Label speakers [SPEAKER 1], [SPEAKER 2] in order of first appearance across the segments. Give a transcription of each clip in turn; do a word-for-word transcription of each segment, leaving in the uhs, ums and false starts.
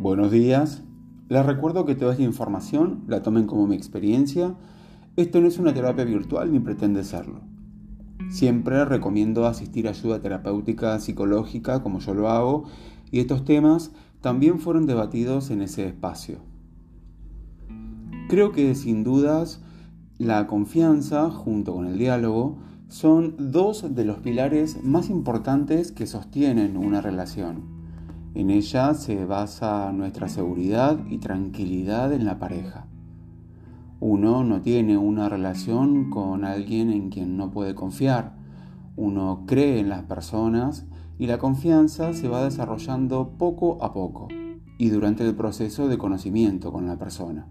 [SPEAKER 1] Buenos días. Les recuerdo que toda esta información la tomen como mi experiencia. Esto no es una terapia virtual ni pretende serlo. Siempre recomiendo asistir a ayuda terapéutica psicológica como yo lo hago, y estos temas también fueron debatidos en ese espacio. Creo que sin dudas la confianza junto con el diálogo son dos de los pilares más importantes que sostienen una relación. En ella se basa nuestra seguridad y tranquilidad en la pareja. Uno no tiene una relación con alguien en quien no puede confiar. Uno cree en las personas y la confianza se va desarrollando poco a poco y durante el proceso de conocimiento con la persona.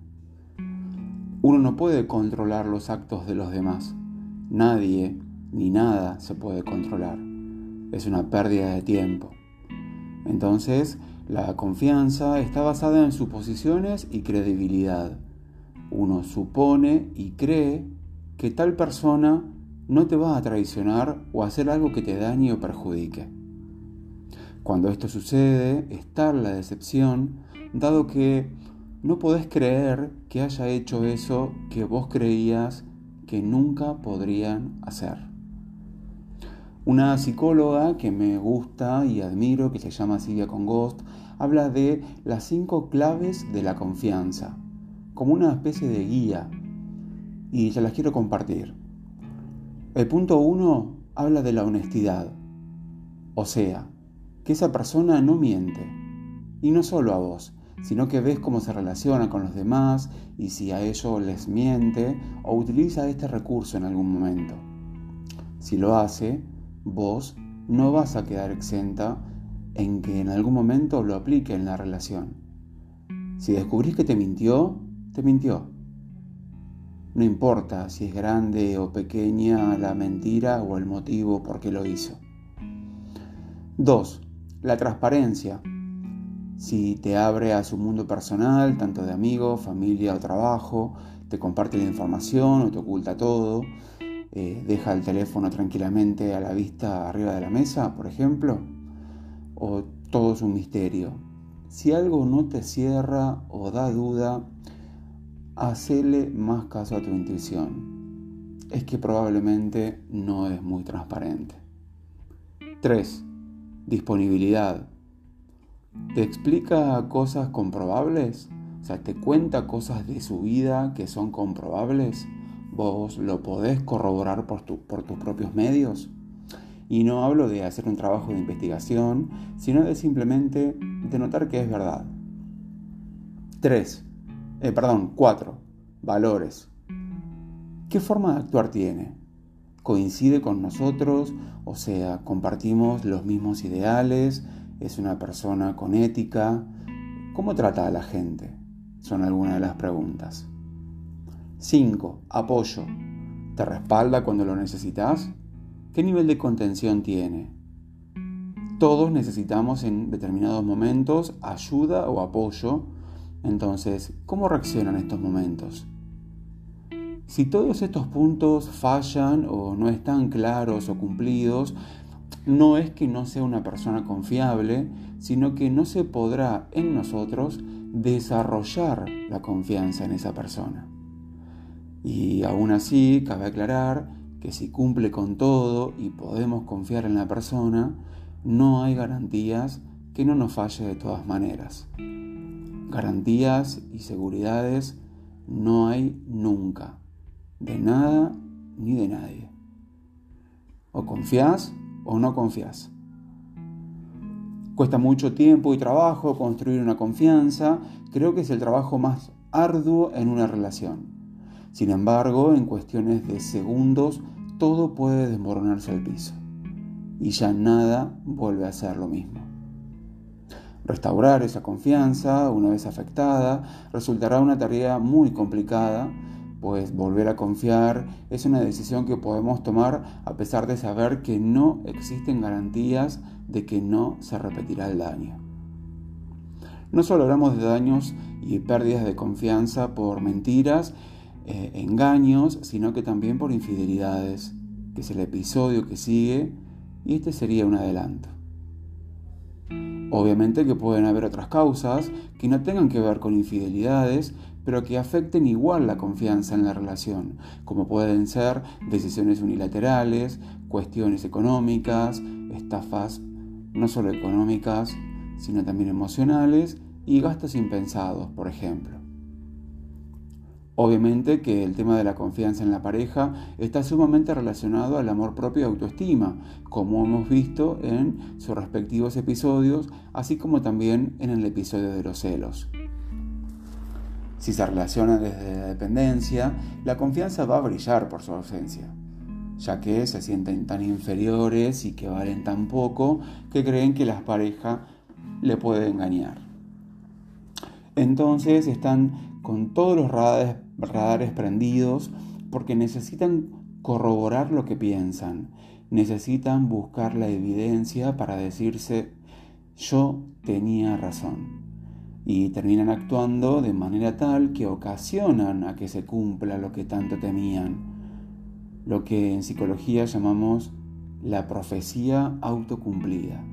[SPEAKER 1] Uno no puede controlar los actos de los demás. Nadie ni nada se puede controlar. Es una pérdida de tiempo. Entonces, la confianza está basada en suposiciones y credibilidad. Uno supone y cree que tal persona no te va a traicionar o hacer algo que te dañe o perjudique. Cuando esto sucede, está la decepción, dado que no podés creer que haya hecho eso que vos creías que nunca podrían hacer. Una psicóloga que me gusta y admiro, que se llama Silvia Congost, habla de las cinco claves de la confianza, como una especie de guía, y se las quiero compartir. El punto uno habla de la honestidad, o sea, que esa persona no miente, y no solo a vos, sino que ves cómo se relaciona con los demás y si a ellos les miente o utiliza este recurso en algún momento. Si lo hace, vos no vas a quedar exenta en que en algún momento lo aplique en la relación. Si descubrís que te mintió, te mintió. No importa si es grande o pequeña la mentira o el motivo por qué lo hizo. Dos. La transparencia. Si te abre a su mundo personal, tanto de amigos, familia o trabajo, te comparte la información o te oculta todo, eh, deja el teléfono tranquilamente a la vista arriba de la mesa, por ejemplo, o todo es un misterio. Si algo no te cierra o da duda, hacele más caso a tu intuición. Es que probablemente no es muy transparente. Tres. Disponibilidad. ¿Te explica cosas comprobables? O sea, ¿te cuenta cosas de su vida que son comprobables? ¿Vos lo podés corroborar por, tu, por tus propios medios? Y no hablo de hacer un trabajo de investigación, sino de simplemente de notar que es verdad. Tres. Eh, perdón, cuatro. Valores. ¿Qué forma de actuar tiene? ¿Coincide con nosotros? O sea, ¿compartimos los mismos ideales? ¿Es una persona con ética? ¿Cómo trata a la gente? Son algunas de las preguntas. Cinco. Apoyo. ¿Te respalda cuando lo necesitas? ¿Qué nivel de contención tiene? Todos necesitamos en determinados momentos ayuda o apoyo. Entonces, ¿cómo reaccionan estos momentos? Si todos estos puntos fallan o no están claros o cumplidos, no es que no sea una persona confiable, sino que no se podrá en nosotros desarrollar la confianza en esa persona. Y aún así, cabe aclarar que si cumple con todo y podemos confiar en la persona, no hay garantías que no nos falle de todas maneras. Garantías y seguridades no hay nunca, de nada ni de nadie. O confías o no confías. Cuesta mucho tiempo y trabajo construir una confianza. Creo que es el trabajo más arduo en una relación. Sin embargo, en cuestiones de segundos, todo puede desmoronarse al piso. Y ya nada vuelve a ser lo mismo. Restaurar esa confianza, una vez afectada, resultará una tarea muy complicada, pues volver a confiar es una decisión que podemos tomar a pesar de saber que no existen garantías de que no se repetirá el daño. No solo hablamos de daños y pérdidas de confianza por mentiras, eh, engaños, sino que también por infidelidades, que es el episodio que sigue, y este sería un adelanto. Obviamente que pueden haber otras causas que no tengan que ver con infidelidades, pero que afecten igual la confianza en la relación, como pueden ser decisiones unilaterales, cuestiones económicas, estafas no solo económicas, sino también emocionales y gastos impensados, por ejemplo. Obviamente que el tema de la confianza en la pareja está sumamente relacionado al amor propio y autoestima, como hemos visto en sus respectivos episodios, así como también en el episodio de los celos. Si se relaciona desde la dependencia, la confianza va a brillar por su ausencia, ya que se sienten tan inferiores y que valen tan poco que creen que la pareja le puede engañar. Entonces están con todos los radares, radares prendidos porque necesitan corroborar lo que piensan, necesitan buscar la evidencia para decirse yo tenía razón, y terminan actuando de manera tal que ocasionan a que se cumpla lo que tanto temían, lo que en psicología llamamos la profecía autocumplida.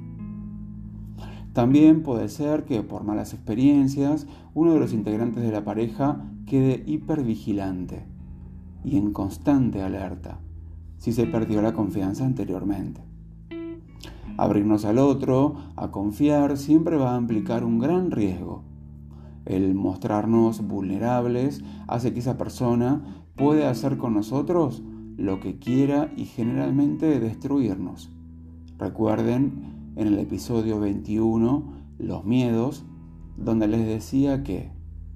[SPEAKER 1] También puede ser que por malas experiencias uno de los integrantes de la pareja quede hipervigilante y en constante alerta si se perdió la confianza anteriormente. Abrirnos al otro, a confiar, siempre va a implicar un gran riesgo. El mostrarnos vulnerables hace que esa persona pueda hacer con nosotros lo que quiera y generalmente destruirnos. Recuerden en el episodio veintiuno, Los miedos, donde les decía que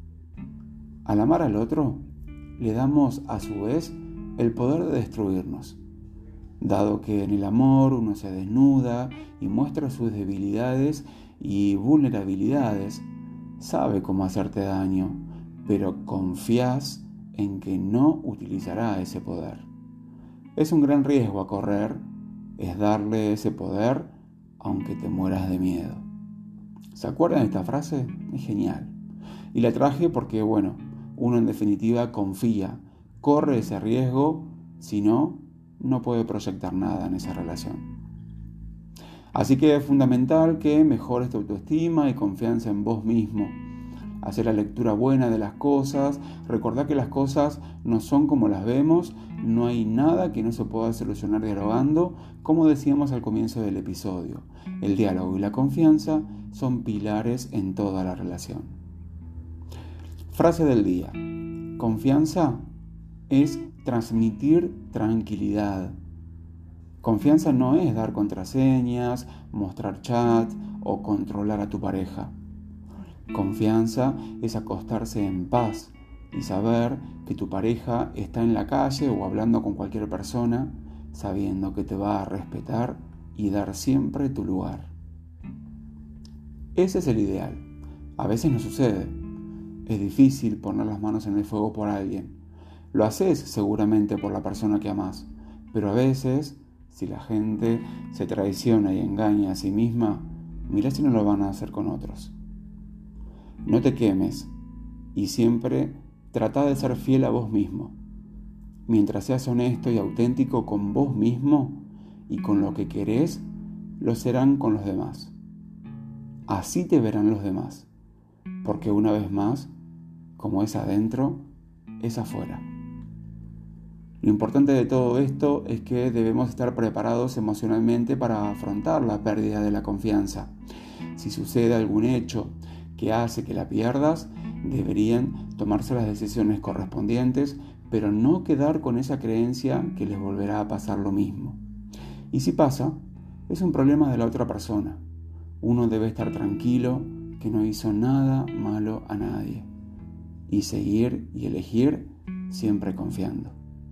[SPEAKER 1] al amar al otro, le damos a su vez el poder de destruirnos, dado que en el amor uno se desnuda y muestra sus debilidades y vulnerabilidades, sabe cómo hacerte daño, pero confías en que no utilizará ese poder. Es un gran riesgo a correr, es darle ese poder aunque te mueras de miedo. ¿Se acuerdan de esta frase? Es genial. Y la traje porque, bueno, uno en definitiva confía, corre ese riesgo, si no, no puede proyectar nada en esa relación. Así que es fundamental que mejores tu autoestima y confianza en vos mismo. Hacer la lectura buena de las cosas, recordar que las cosas no son como las vemos, no hay nada que no se pueda solucionar dialogando, como decíamos al comienzo del episodio. El diálogo y la confianza son pilares en toda la relación. Frase del día. Confianza es transmitir tranquilidad. Confianza no es dar contraseñas, mostrar chat o controlar a tu pareja. Confianza es acostarse en paz y saber que tu pareja está en la calle o hablando con cualquier persona, sabiendo que te va a respetar y dar siempre tu lugar. Ese es el ideal. A veces no sucede. Es difícil poner las manos en el fuego por alguien. Lo haces seguramente por la persona que amás, pero a veces, si la gente se traiciona y engaña a sí misma, mirá si no lo van a hacer con otros. No te quemes y siempre trata de ser fiel a vos mismo. Mientras seas honesto y auténtico con vos mismo y con lo que querés, lo serán con los demás. Así te verán los demás, porque una vez más, como es adentro, es afuera. Lo importante de todo esto es que debemos estar preparados emocionalmente para afrontar la pérdida de la confianza. Si sucede algún hecho que hace que la pierdas, deberían tomarse las decisiones correspondientes, pero no quedar con esa creencia que les volverá a pasar lo mismo. Y si pasa, es un problema de la otra persona. Uno debe estar tranquilo que no hizo nada malo a nadie y seguir y elegir siempre confiando.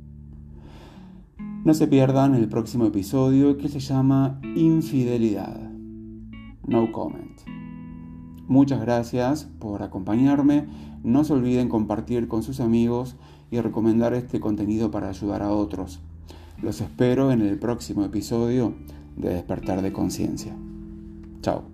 [SPEAKER 1] No se pierdan el próximo episodio que se llama Infidelidad. No comment. Muchas gracias por acompañarme. No se olviden compartir con sus amigos y recomendar este contenido para ayudar a otros. Los espero en el próximo episodio de Despertar de Conciencia. Chao.